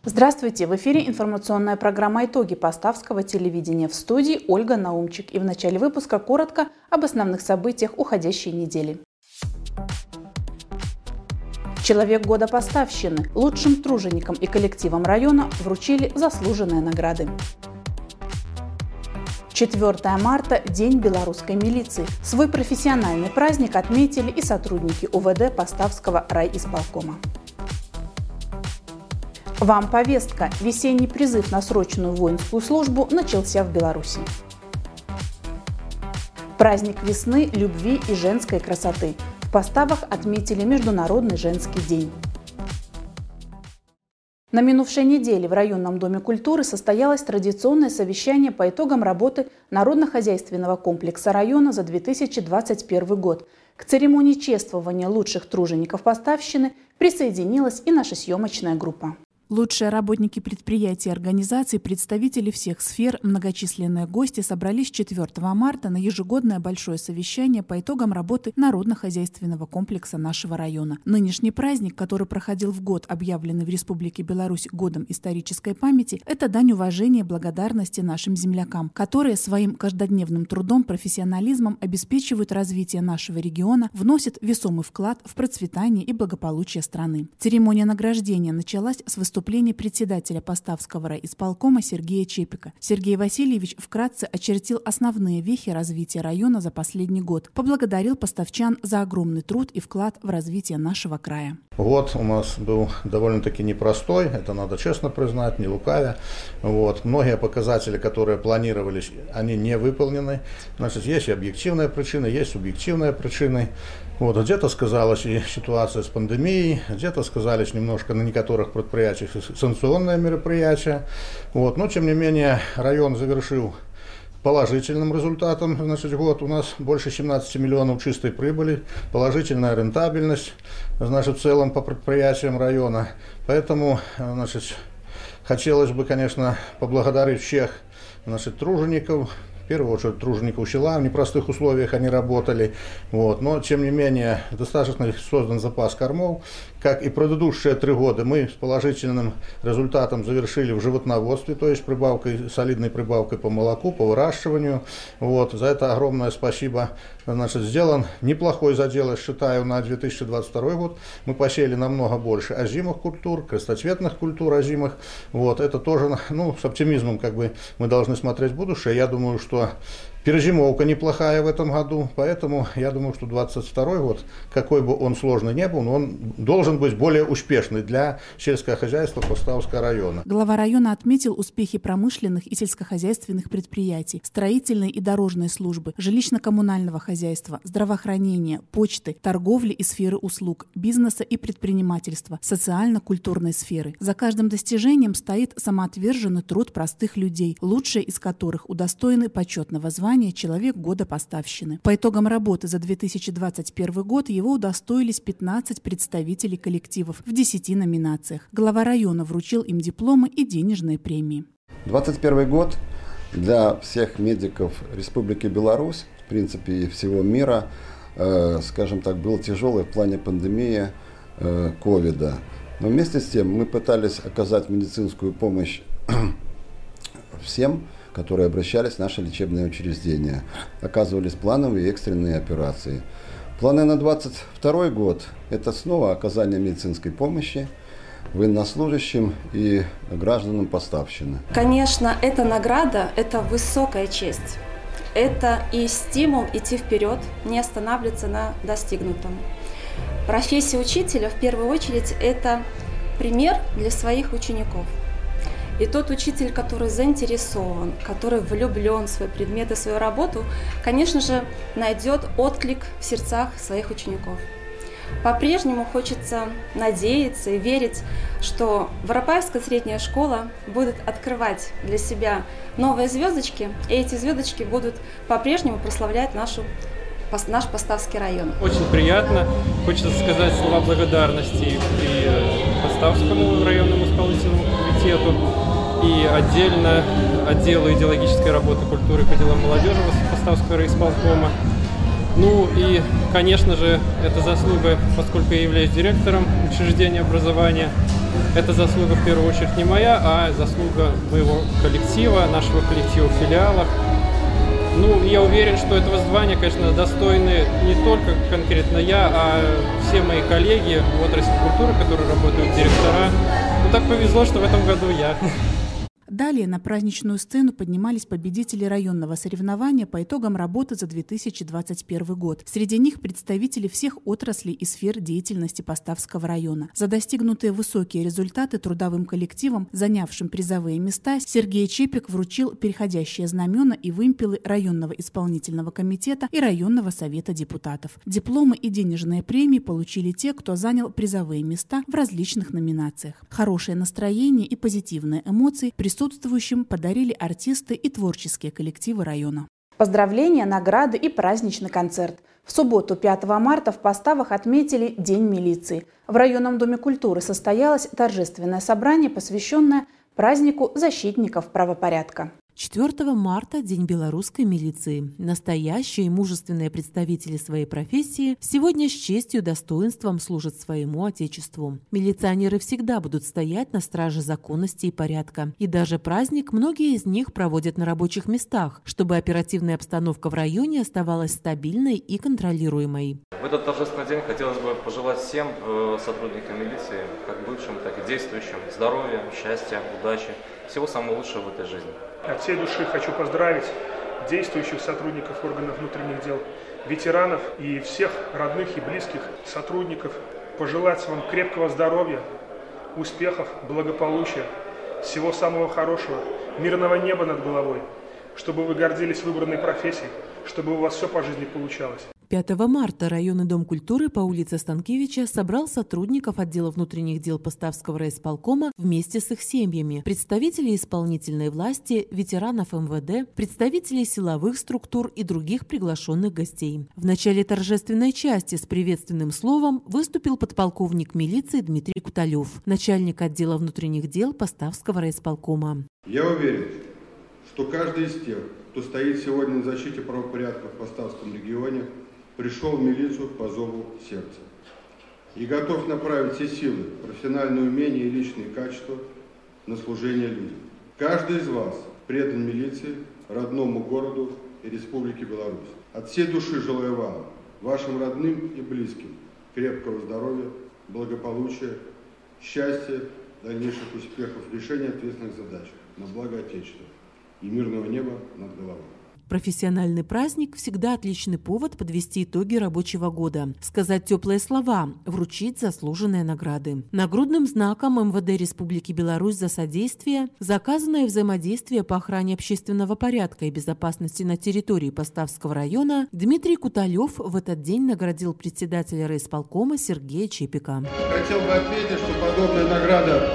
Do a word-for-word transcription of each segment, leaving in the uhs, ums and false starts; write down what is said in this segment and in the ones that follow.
Здравствуйте! В эфире информационная программа «Итоги Поставского телевидения». В студии Ольга Наумчик. И в начале выпуска коротко об основных событиях уходящей недели. Человек года Поставщины. Лучшим труженикам и коллективам района вручили заслуженные награды. четвёртое марта – День белорусской милиции. Свой профессиональный праздник отметили и сотрудники УВД Поставского райисполкома. Вам повестка. Весенний призыв на срочную воинскую службу начался в Беларуси. Праздник весны, любви и женской красоты. В Поставах отметили Международный женский день. На минувшей неделе в районном доме культуры состоялось традиционное совещание по итогам работы народно-хозяйственного комплекса района за две тысячи двадцать первый год. К церемонии чествования лучших тружеников Поставщины присоединилась и наша съемочная группа. Лучшие работники предприятий и организаций, представители всех сфер, многочисленные гости собрались четвёртого марта на ежегодное большое совещание по итогам работы народно-хозяйственного комплекса нашего района. Нынешний праздник, который проходил в год, объявленный в Республике Беларусь годом исторической памяти, это дань уважения и благодарности нашим землякам, которые своим каждодневным трудом, профессионализмом обеспечивают развитие нашего региона, вносят весомый вклад в процветание и благополучие страны. Церемония награждения началась с выступления председателя Поставского райисполкома Сергея Чепика. Сергей Васильевич вкратце очертил основные вехи развития района за последний год, поблагодарил поставчан за огромный труд и вклад в развитие нашего края. Год у нас был довольно-таки непростой, это надо честно признать, не лукавя. Вот. Многие показатели, которые планировались, они не выполнены. Значит, есть и объективные причины, есть субъективные причины. Вот. Где-то сказалась и ситуация с пандемией, где-то сказались немножко на некоторых предприятиях санкционные мероприятия. Вот. Но, тем не менее, район завершил положительным результатом. Значит, год у нас больше семнадцати миллионов чистой прибыли, положительная рентабельность, значит, в целом по предприятиям района. Поэтому, значит, хотелось бы, конечно, поблагодарить всех, значит, тружеников. В первую очередь тружеников села, в непростых условиях они работали, вот. Но тем не менее достаточно создан запас кормов. Как и предыдущие три года, мы с положительным результатом завершили в животноводстве, то есть прибавкой, солидной прибавкой по молоку, по выращиванию. Вот. За это огромное спасибо. Значит, сделан неплохой задел, я считаю, на две тысячи двадцать второй год. Мы посеяли намного больше озимых культур, крестоцветных культур озимых. Вот. Это тоже, ну, с оптимизмом как бы мы должны смотреть в будущее. Я думаю, что перезимовка неплохая в этом году, поэтому я думаю, что двадцать второй год, какой бы он сложный не был, но он должен быть более успешный для сельского хозяйства Поставского района. Глава района отметил успехи промышленных и сельскохозяйственных предприятий, строительной и дорожной службы, жилищно-коммунального хозяйства, здравоохранения, почты, торговли и сферы услуг, бизнеса и предпринимательства, социально-культурной сферы. За каждым достижением стоит самоотверженный труд простых людей, лучшие из которых удостоены почетного звания «Человек года Поставщины». По итогам работы за две тысячи двадцать первый год его удостоились пятнадцать представителей коллективов в десяти номинациях. Глава района вручил им дипломы и денежные премии. двадцать первый год для всех медиков Республики Беларусь, в принципе и всего мира, э, скажем так, был тяжелый в плане пандемии э, ковида. Но вместе с тем мы пытались оказать медицинскую помощь всем, которые обращались в наши лечебные учреждения. Оказывались плановые и экстренные операции. Планы на двадцать второй год – это снова оказание медицинской помощи военнослужащим и гражданам Поставщины. Конечно, эта награда – это высокая честь. Это и стимул идти вперед, не останавливаться на достигнутом. Профессия учителя, в первую очередь, это пример для своих учеников. И тот учитель, который заинтересован, который влюблен в свой предмет и свою работу, конечно же, найдет отклик в сердцах своих учеников. По-прежнему хочется надеяться и верить, что Воропаевская средняя школа будет открывать для себя новые звездочки, и эти звездочки будут по-прежнему прославлять нашу, наш Поставский район. Очень приятно. Хочется сказать слова благодарности и Поставскому районному исполнительному комитету, и отдельно отделу идеологической работы, культуры по делам молодежи Поставского райисполкома. Ну и, конечно же, это заслуга, поскольку я являюсь директором учреждения образования, это заслуга в первую очередь не моя, а заслуга моего коллектива, нашего коллектива в филиалах. Ну, я уверен, что этого звания, конечно, достойны не только конкретно я, а все мои коллеги в отрасли культуры, которые работают директора. Ну, так повезло, что в этом году я. Далее на праздничную сцену поднимались победители районного соревнования по итогам работы за две тысячи двадцать первый год. Среди них представители всех отраслей и сфер деятельности Поставского района. За достигнутые высокие результаты трудовым коллективам, занявшим призовые места, Сергей Чепик вручил переходящие знамена и вымпелы районного исполнительного комитета и районного совета депутатов. Дипломы и денежные премии получили те, кто занял призовые места в различных номинациях. Хорошее настроение и позитивные эмоции присутствуют Присутствующим подарили артисты и творческие коллективы района. Поздравления, награды и праздничный концерт. В субботу, пятого марта, в Поставах отметили День милиции. В районном доме культуры состоялось торжественное собрание, посвященное празднику защитников правопорядка. четвёртого марта – День белорусской милиции. Настоящие и мужественные представители своей профессии сегодня с честью и достоинством служат своему отечеству. Милиционеры всегда будут стоять на страже законности и порядка. И даже праздник многие из них проводят на рабочих местах, чтобы оперативная обстановка в районе оставалась стабильной и контролируемой. В этот торжественный день хотелось бы пожелать всем э, сотрудникам милиции, как бывшим, так и действующим, здоровья, счастья, удачи, всего самого лучшего в этой жизни. От всей души хочу поздравить действующих сотрудников органов внутренних дел, ветеранов и всех родных и близких сотрудников. Пожелать вам крепкого здоровья, успехов, благополучия, всего самого хорошего, мирного неба над головой, чтобы вы гордились выбранной профессией, чтобы у вас все по жизни получалось. пятого марта районный дом культуры по улице Станкевича собрал сотрудников отдела внутренних дел Поставского райисполкома вместе с их семьями, представителей исполнительной власти, ветеранов эм вэ дэ, представителей силовых структур и других приглашенных гостей. В начале торжественной части с приветственным словом выступил подполковник милиции Дмитрий Куталев, начальник отдела внутренних дел Поставского райисполкома. Я уверен, что каждый из тех, кто стоит сегодня на защите правопорядка в Поставском регионе, пришел в милицию по зову сердца и готов направить все силы, профессиональные умения и личные качества на служение людям. Каждый из вас предан милиции, родному городу и Республике Беларусь. От всей души желаю вам, вашим родным и близким, крепкого здоровья, благополучия, счастья, дальнейших успехов в решении ответственных задач на благо Отечества и мирного неба над головой. Профессиональный праздник всегда отличный повод подвести итоги рабочего года, сказать теплые слова, вручить заслуженные награды. Нагрудным знаком эм вэ дэ Республики Беларусь за содействие, за оказанное взаимодействие по охране общественного порядка и безопасности на территории Поставского района Дмитрий Куталев в этот день наградил председателя райисполкома Сергея Чепика. Хотел бы отметить, что подобная награда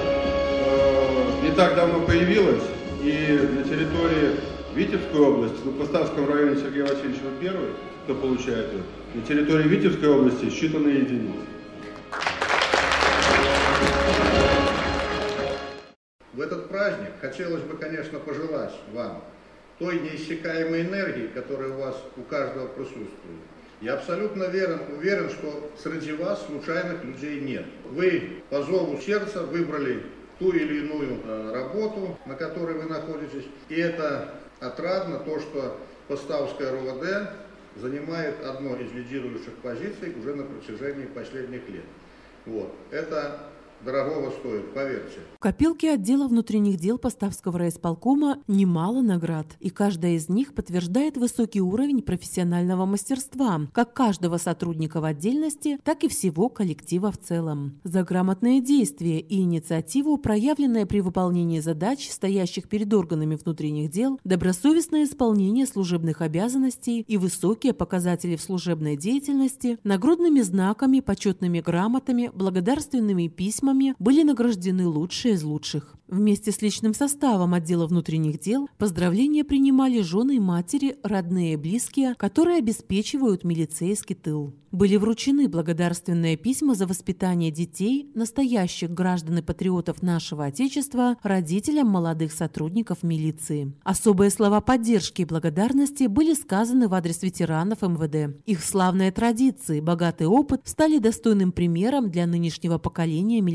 э, не так давно появилась, и на территории Витебской области, ну, в Поставском районе Сергей Васильевич вы первый, кто получает ее. На территории Витебской области считанные единицы. В этот праздник хотелось бы, конечно, пожелать вам той неиссякаемой энергии, которая у вас у каждого присутствует. Я абсолютно уверен, уверен, что среди вас случайных людей нет. Вы по зову сердца выбрали ту или иную э, работу, на которой вы находитесь, и это отрадно, то, что Поставское эр о вэ дэ занимает одну из лидирующих позиций уже на протяжении последних лет. Вот. Это дорогого стоит, поверьте. В копилке отдела внутренних дел Поставского райисполкома немало наград, и каждая из них подтверждает высокий уровень профессионального мастерства, как каждого сотрудника в отдельности, так и всего коллектива в целом. За грамотные действия и инициативу, проявленные при выполнении задач, стоящих перед органами внутренних дел, добросовестное исполнение служебных обязанностей и высокие показатели в служебной деятельности, нагрудными знаками, почетными грамотами, благодарственными письмами были награждены лучшие из лучших. Вместе с личным составом отдела внутренних дел поздравления принимали жены и матери, родные и близкие, которые обеспечивают милицейский тыл. Были вручены благодарственные письма за воспитание детей, настоящих граждан и патриотов нашего Отечества, родителям молодых сотрудников милиции. Особые слова поддержки и благодарности были сказаны в адрес ветеранов эм вэ дэ. Их славные традиции, богатый опыт стали достойным примером для нынешнего поколения милиционеров.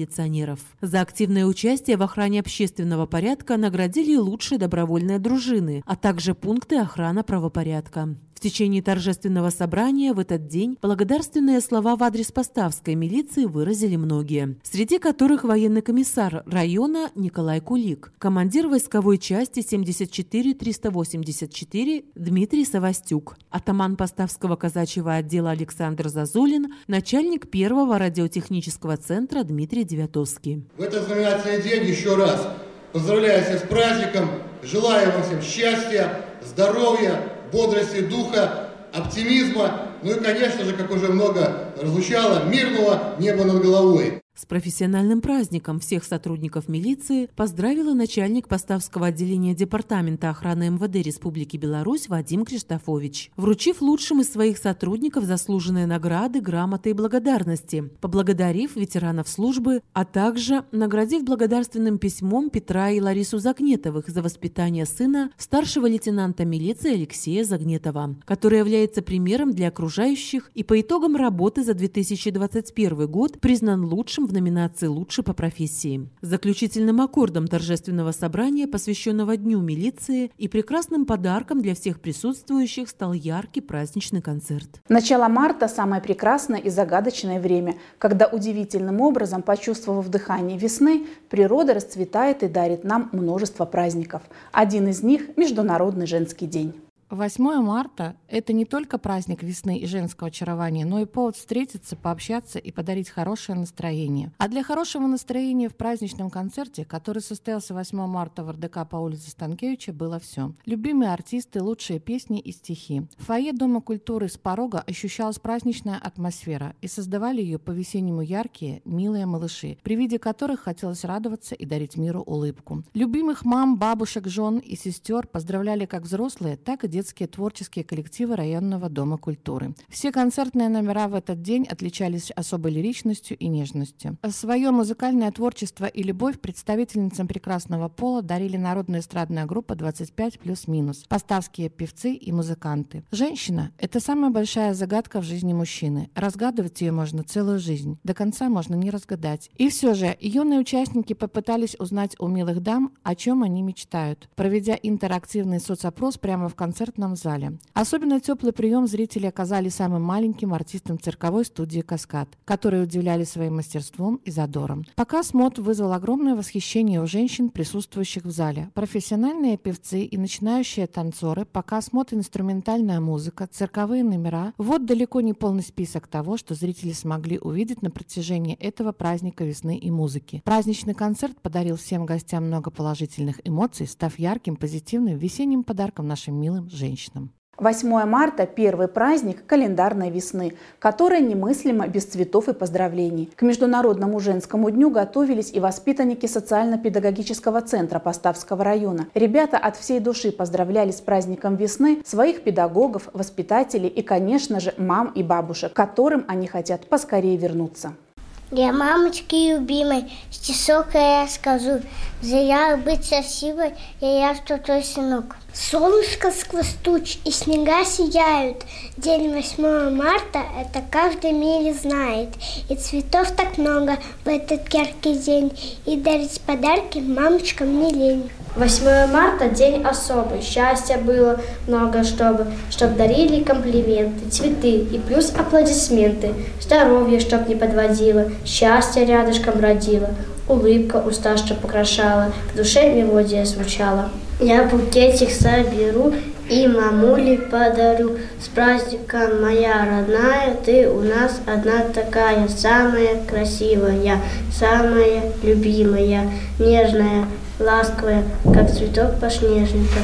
милиционеров. За активное участие в охране общественного порядка наградили лучшие добровольные дружины, а также пункты охраны правопорядка. В течение торжественного собрания в этот день благодарственные слова в адрес поставской милиции выразили многие, среди которых военный комиссар района Николай Кулик, командир войсковой части семьдесят четыре триста восемьдесят четыре Дмитрий Савастюк, атаман Поставского казачьего отдела Александр Зазулин, начальник первого радиотехнического центра Дмитрий Девятовский. В этот знаменательный день еще раз поздравляю всех с праздником, желаю вам всем счастья, здоровья, бодрости духа, оптимизма, ну и, конечно же, как уже много разлучало, мирного неба над головой. С профессиональным праздником всех сотрудников милиции поздравила начальник Поставского отделения Департамента охраны эм вэ дэ Республики Беларусь Вадим Криштофович, вручив лучшим из своих сотрудников заслуженные награды, грамоты и благодарности, поблагодарив ветеранов службы, а также наградив благодарственным письмом Петра и Ларису Загнетовых за воспитание сына старшего лейтенанта милиции Алексея Загнетова, который является примером для окружающих и по итогам работы за две тысячи двадцать первый год признан лучшим в номинации «Лучше по профессии». Заключительным аккордом торжественного собрания, посвященного Дню милиции, и прекрасным подарком для всех присутствующих стал яркий праздничный концерт. Начало марта – самое прекрасное и загадочное время, когда удивительным образом, почувствовав дыхание весны, природа расцветает и дарит нам множество праздников. Один из них – Международный женский день. восьмое марта – это не только праздник весны и женского очарования, но и повод встретиться, пообщаться и подарить хорошее настроение. А для хорошего настроения в праздничном концерте, который состоялся восьмого марта в эр дэ ка по улице Станкевича, было все. Любимые артисты, лучшие песни и стихи. В фойе Дома культуры с порога ощущалась праздничная атмосфера, и создавали ее по-весеннему яркие, милые малыши, при виде которых хотелось радоваться и дарить миру улыбку. Любимых мам, бабушек, жен и сестер поздравляли как взрослые, так и детские детские творческие коллективы районного Дома культуры. Все концертные номера в этот день отличались особой лиричностью и нежностью. Свое музыкальное творчество и любовь представительницам прекрасного пола дарили народная эстрадная группа двадцать пять плюс минус, поставские певцы и музыканты. Женщина – это самая большая загадка в жизни мужчины. Разгадывать ее можно целую жизнь. До конца можно не разгадать. И все же юные участники попытались узнать у милых дам, о чем они мечтают, проведя интерактивный соцопрос прямо в концертном зале. Особенно теплый прием зрители оказали самым маленьким артистам цирковой студии «Каскад», которые удивляли своим мастерством и задором. Показ мод вызвал огромное восхищение у женщин, присутствующих в зале. Профессиональные певцы и начинающие танцоры, показ мод, инструментальная музыка, цирковые номера – вот далеко не полный список того, что зрители смогли увидеть на протяжении этого праздника весны и музыки. Праздничный концерт подарил всем гостям много положительных эмоций, став ярким, позитивным весенним подарком нашим милым женщинам. восьмое марта – первый праздник календарной весны, которая немыслима без цветов и поздравлений. К Международному женскому дню готовились и воспитанники социально-педагогического центра Поставского района. Ребята от всей души поздравляли с праздником весны своих педагогов, воспитателей и, конечно же, мам и бабушек, к которым они хотят поскорее вернуться. Для мамочки любимой стишок я скажу. Зря быть красивой, я что твой сынок. Солнышко сквозь туч и снега сияют. День восьмого марта это каждый в мире знает. И цветов так много в этот яркий день. И дарить подарки мамочкам не лень. восьмое марта день особый. Счастья было много, чтобы, чтоб дарили комплименты, цветы и плюс аплодисменты. Здоровье, чтоб не подводило, счастье рядышком родило. Улыбка уста, чтоб украшала, в душе мелодия звучала. Я букетик соберу и мамуле подарю. С праздником, моя родная, ты у нас одна такая, самая красивая, самая любимая, нежная, ласковая, как цветок подснежника.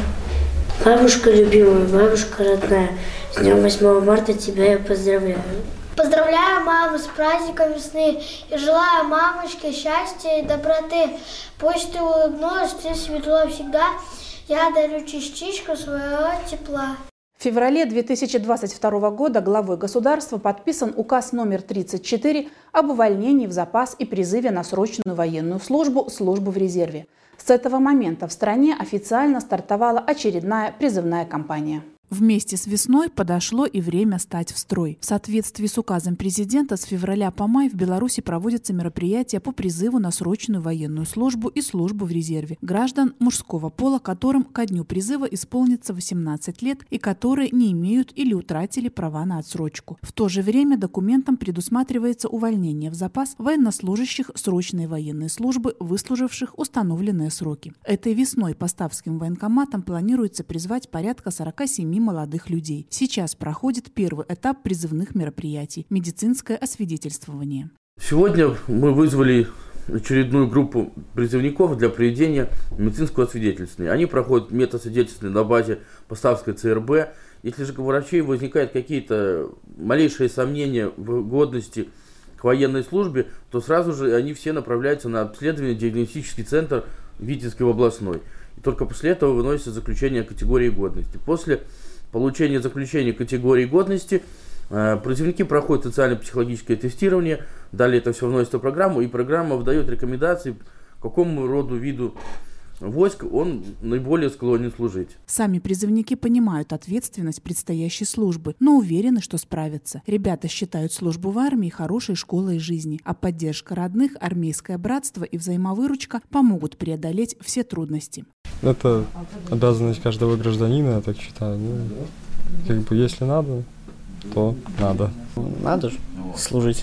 Бабушка любимая, бабушка родная, с днем восьмого марта тебя я поздравляю. Поздравляю маму с праздником весны и желаю мамочке счастья и доброты. Пусть ты улыбнулась, ты светло всегда, я дарю частичку своего тепла. В феврале две тысячи двадцать второго года главой государства подписан указ номер тридцать четыре об увольнении в запас и призыве на срочную военную службу, службу в резерве. С этого момента в стране официально стартовала очередная призывная кампания. Вместе с весной подошло и время стать в строй. В соответствии с указом президента с февраля по май в Беларуси проводятся мероприятия по призыву на срочную военную службу и службу в резерве граждан мужского пола, которым ко дню призыва исполнится восемнадцать лет и которые не имеют или утратили права на отсрочку. В то же время документом предусматривается увольнение в запас военнослужащих срочной военной службы, выслуживших установленные сроки. Этой весной Поставским военкоматом планируется призвать порядка сорока семи молодых людей. Сейчас проходит первый этап призывных мероприятий – медицинское освидетельствование. Сегодня мы вызвали очередную группу призывников для проведения медицинского освидетельствования. Они проходят медосвидетельствование на базе Поставской ЦРБ. Если же у врачей возникают какие-то малейшие сомнения в годности к военной службе, то сразу же они все направляются на обследование в диагностический центр Витебский областной. И только после этого выносится заключение о категории годности. После получения заключения категории годности э, призывники проходят социально-психологическое тестирование, далее это все вносится в программу, и программа выдает рекомендации, к какому роду виду войск он наиболее склонен служить. Сами призывники понимают ответственность предстоящей службы, но уверены, что справятся. Ребята считают службу в армии хорошей школой жизни, а поддержка родных, армейское братство и взаимовыручка помогут преодолеть все трудности. Это обязанность каждого гражданина, я так считаю. Ну, как бы, если надо, то надо. Надо же служить.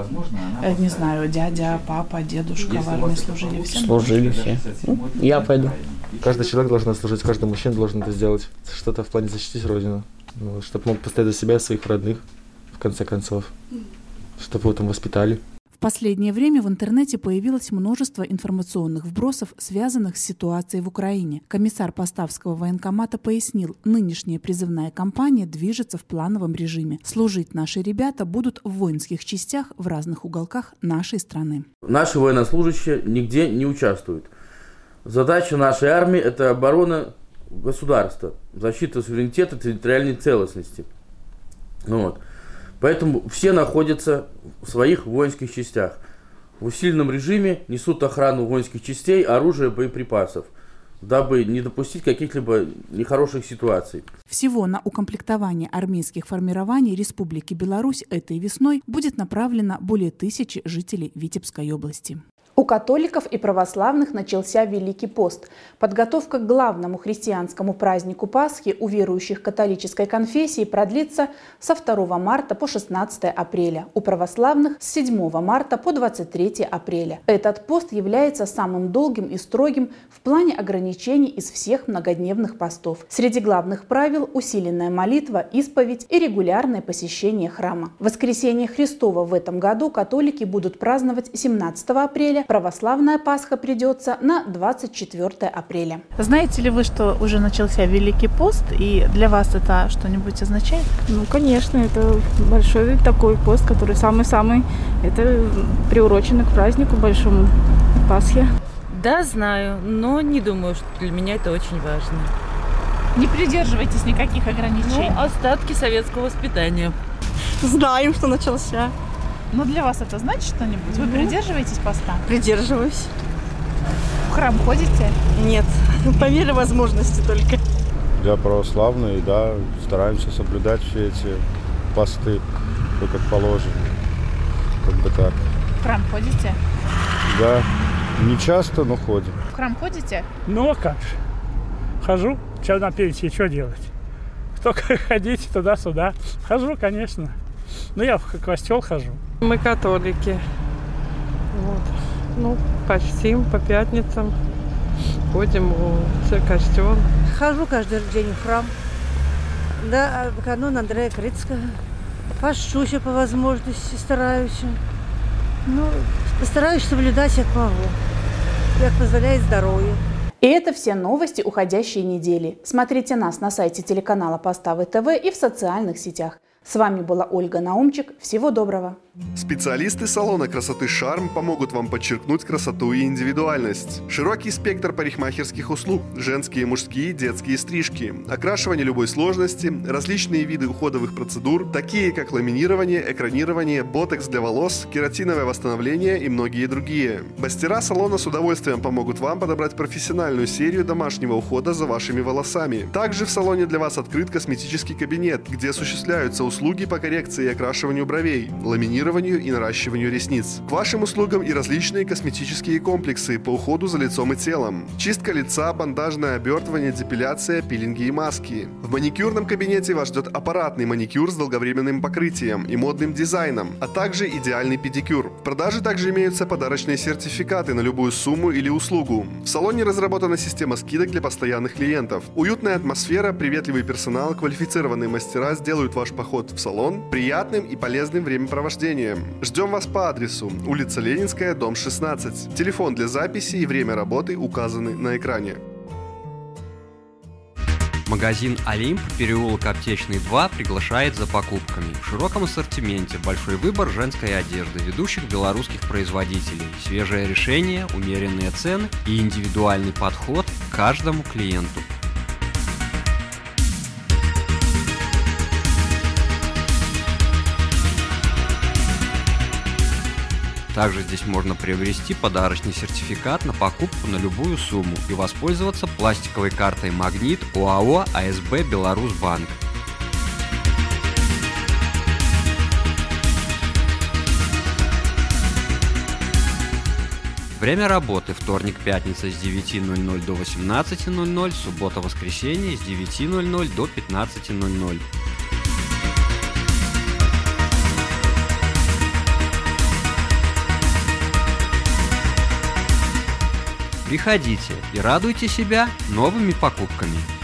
Я не знаю, дядя, папа, дедушка в армии служили все? Служили все. Ну, я пойду. Каждый человек должен служить, каждый мужчина должен это сделать. Что-то в плане защитить Родину. Чтобы мог постоять за себя и своих родных, в конце концов. Чтобы его там воспитали. В последнее время в интернете появилось множество информационных вбросов, связанных с ситуацией в Украине. Комиссар Поставского военкомата пояснил, нынешняя призывная кампания движется в плановом режиме. Служить наши ребята будут в воинских частях в разных уголках нашей страны. Наши военнослужащие нигде не участвуют. Задача нашей армии – это оборона государства, защита суверенитета, территориальной целостности. Вот. Поэтому все находятся в своих воинских частях. В усиленном режиме несут охрану воинских частей, оружия, боеприпасов, дабы не допустить каких-либо нехороших ситуаций. Всего на укомплектование армейских формирований Республики Беларусь этой весной будет направлено более тысячи жителей Витебской области. У католиков и православных начался Великий пост. Подготовка к главному христианскому празднику Пасхи у верующих католической конфессии продлится со второго марта по шестнадцатое апреля, у православных с седьмого марта по двадцать третье апреля. Этот пост является самым долгим и строгим в плане ограничений из всех многодневных постов. Среди главных правил – усиленная молитва, исповедь и регулярное посещение храма. Воскресение Христово в этом году католики будут праздновать семнадцатого апреля, православная Пасха придется на двадцать четвёртое апреля. Знаете ли вы, что уже начался Великий пост, и для вас это что-нибудь означает? Ну, конечно, это большой такой пост, который самый-самый, это приурочено к празднику большому Пасхе. Да, знаю, но не думаю, что для меня это очень важно. Не придерживайтесь никаких ограничений. Ну, остатки советского воспитания. Знаем, что начался. Но для вас это значит что-нибудь? Вы ну, придерживаетесь поста? Придерживаюсь. В храм ходите? Нет, по мере возможности только. Я православный, да, стараемся соблюдать все эти посты, как положено. Как бы так. В храм ходите? Да, не часто, но ходим. В храм ходите? Ну а как же? Хожу, сейчас на пенсии, что делать? Только ходить туда-сюда. Хожу, конечно. Ну, я в костел хожу. Мы католики. Вот. Ну, почтим по пятницам. Ходим в костел. Хожу каждый день в храм. Да, канун Андрея Крицкого. Пощусь по возможности, стараюсь. Ну, стараюсь соблюдать, как могу. Как позволяет здоровье. И это все новости уходящей недели. Смотрите нас на сайте телеканала Поставы ТВ и в социальных сетях. С вами была Ольга Наумчик. Всего доброго! Специалисты салона красоты «Шарм» помогут вам подчеркнуть красоту и индивидуальность. Широкий спектр парикмахерских услуг, женские, мужские, детские стрижки, окрашивание любой сложности, различные виды уходовых процедур, такие как ламинирование, экранирование, ботокс для волос, кератиновое восстановление и многие другие. Мастера салона с удовольствием помогут вам подобрать профессиональную серию домашнего ухода за вашими волосами. Также в салоне для вас открыт косметический кабинет, где осуществляются услуги по коррекции и окрашиванию бровей, ламинированию и наращиванию ресниц. К вашим услугам и различные косметические комплексы по уходу за лицом и телом. Чистка лица, бандажное обертывание, депиляция, пилинги и маски. В маникюрном кабинете вас ждет аппаратный маникюр с долговременным покрытием и модным дизайном, а также идеальный педикюр. В продаже также имеются подарочные сертификаты на любую сумму или услугу. В салоне разработана система скидок для постоянных клиентов. Уютная атмосфера, приветливый персонал, квалифицированные мастера сделают ваш поход в салон приятным и полезным времяпровождением. Ждем вас по адресу улица Ленинская, дом шестнадцать. Телефон для записи и время работы указаны на экране. Магазин «Олимп», переулок Аптечный, два, приглашает за покупками. В широком ассортименте большой выбор женской одежды ведущих белорусских производителей, свежее решение, умеренные цены и индивидуальный подход к каждому клиенту. Также здесь можно приобрести подарочный сертификат на покупку на любую сумму и воспользоваться пластиковой картой «Магнит» ОАО АСБ «Беларусьбанк». Время работы: вторник-пятница с девяти ноль-ноль до восемнадцати ноль-ноль, суббота-воскресенье с девяти ноль-ноль до пятнадцати ноль-ноль. Приходите и радуйте себя новыми покупками.